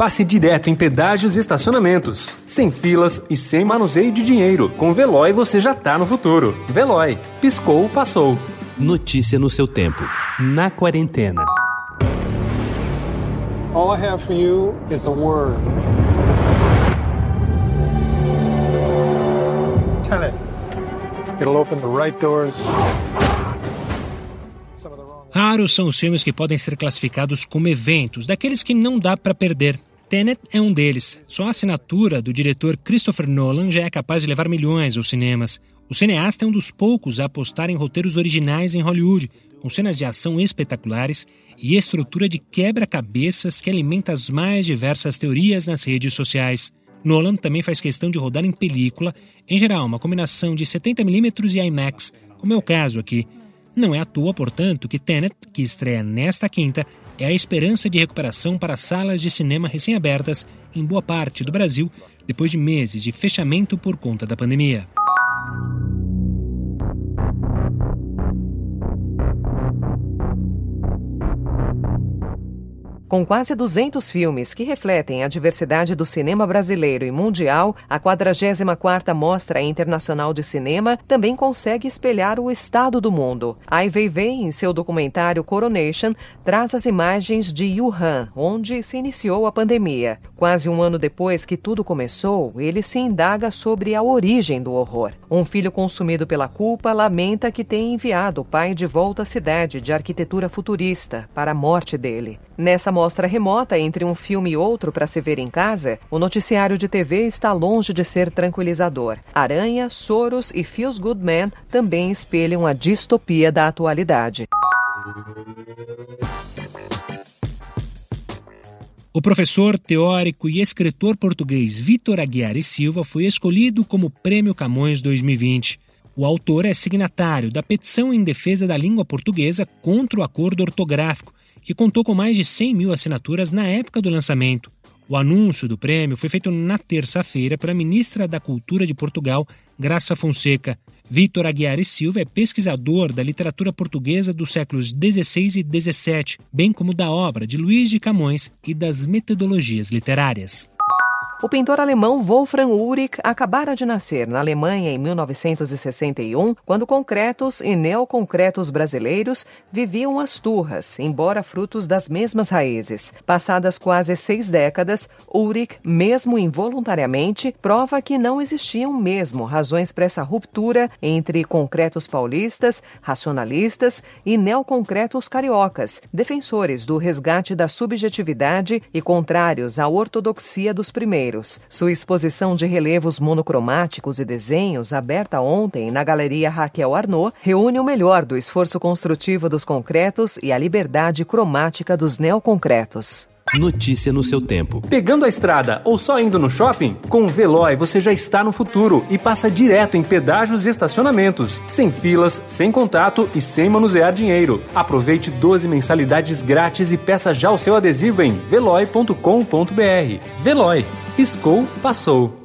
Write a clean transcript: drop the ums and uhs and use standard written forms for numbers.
passe direto em pedágios e estacionamentos. Sem filas e sem manuseio de dinheiro. Com Veloy você já tá no futuro. Veloy. Piscou, passou. Notícia no seu tempo. Na quarentena. All I have for you is a word. Tenet. It'll open the right doors. Raros são os filmes que podem ser classificados como eventos, daqueles que não dá para perder. Tenet é um deles. Só a assinatura do diretor Christopher Nolan já é capaz de levar milhões aos cinemas. O cineasta é um dos poucos a apostar em roteiros originais em Hollywood, com cenas de ação espetaculares e estrutura de quebra-cabeças que alimenta as mais diversas teorias nas redes sociais. Nolan também faz questão de rodar em película, em geral uma combinação de 70mm e IMAX, como é o caso aqui. Não é à toa, portanto, que Tenet, que estreia nesta quinta, é a esperança de recuperação para salas de cinema recém-abertas em boa parte do Brasil, depois de meses de fechamento por conta da pandemia. Com quase 200 filmes que refletem a diversidade do cinema brasileiro e mundial, a 44ª Mostra Internacional de Cinema também consegue espelhar o estado do mundo. Ai Weiwei, em seu documentário Coronation, traz as imagens de Wuhan, onde se iniciou a pandemia. Quase um ano depois que tudo começou, ele se indaga sobre a origem do horror. Um filho consumido pela culpa lamenta que tenha enviado o pai de volta à cidade de arquitetura futurista para a morte dele. Nessa mostra remota entre um filme e outro para se ver em casa, o noticiário de TV está longe de ser tranquilizador. Aranha, Soros e Feels Good Man também espelham a distopia da atualidade. O professor, teórico e escritor português Vítor Aguiar e Silva foi escolhido como Prêmio Camões 2020. O autor é signatário da petição em defesa da língua portuguesa contra o acordo ortográfico, que contou com mais de 100 mil assinaturas na época do lançamento. O anúncio do prêmio foi feito na terça-feira pela ministra da Cultura de Portugal, Graça Fonseca. Vítor Aguiar e Silva é pesquisador da literatura portuguesa dos séculos XVI e XVII, bem como da obra de Luís de Camões e das metodologias literárias. O pintor alemão Wolfram Uhrig acabara de nascer na Alemanha em 1961, quando concretos e neoconcretos brasileiros viviam as turras, embora frutos das mesmas raízes. Passadas quase 6 décadas, Uhrig, mesmo involuntariamente, prova que não existiam mesmo razões para essa ruptura entre concretos paulistas, racionalistas e neoconcretos cariocas, defensores do resgate da subjetividade e contrários à ortodoxia dos primeiros. Sua exposição de relevos monocromáticos e desenhos, aberta ontem na Galeria Raquel Arnaud, reúne o melhor do esforço construtivo dos concretos e a liberdade cromática dos neoconcretos. Notícia no seu tempo. Pegando a estrada ou só indo no shopping? Com o Veloy você já está no futuro e passa direto em pedágios e estacionamentos, sem filas, sem contato e sem manusear dinheiro. Aproveite 12 mensalidades grátis e peça já o seu adesivo em veloy.com.br. Veloy. Piscou, passou.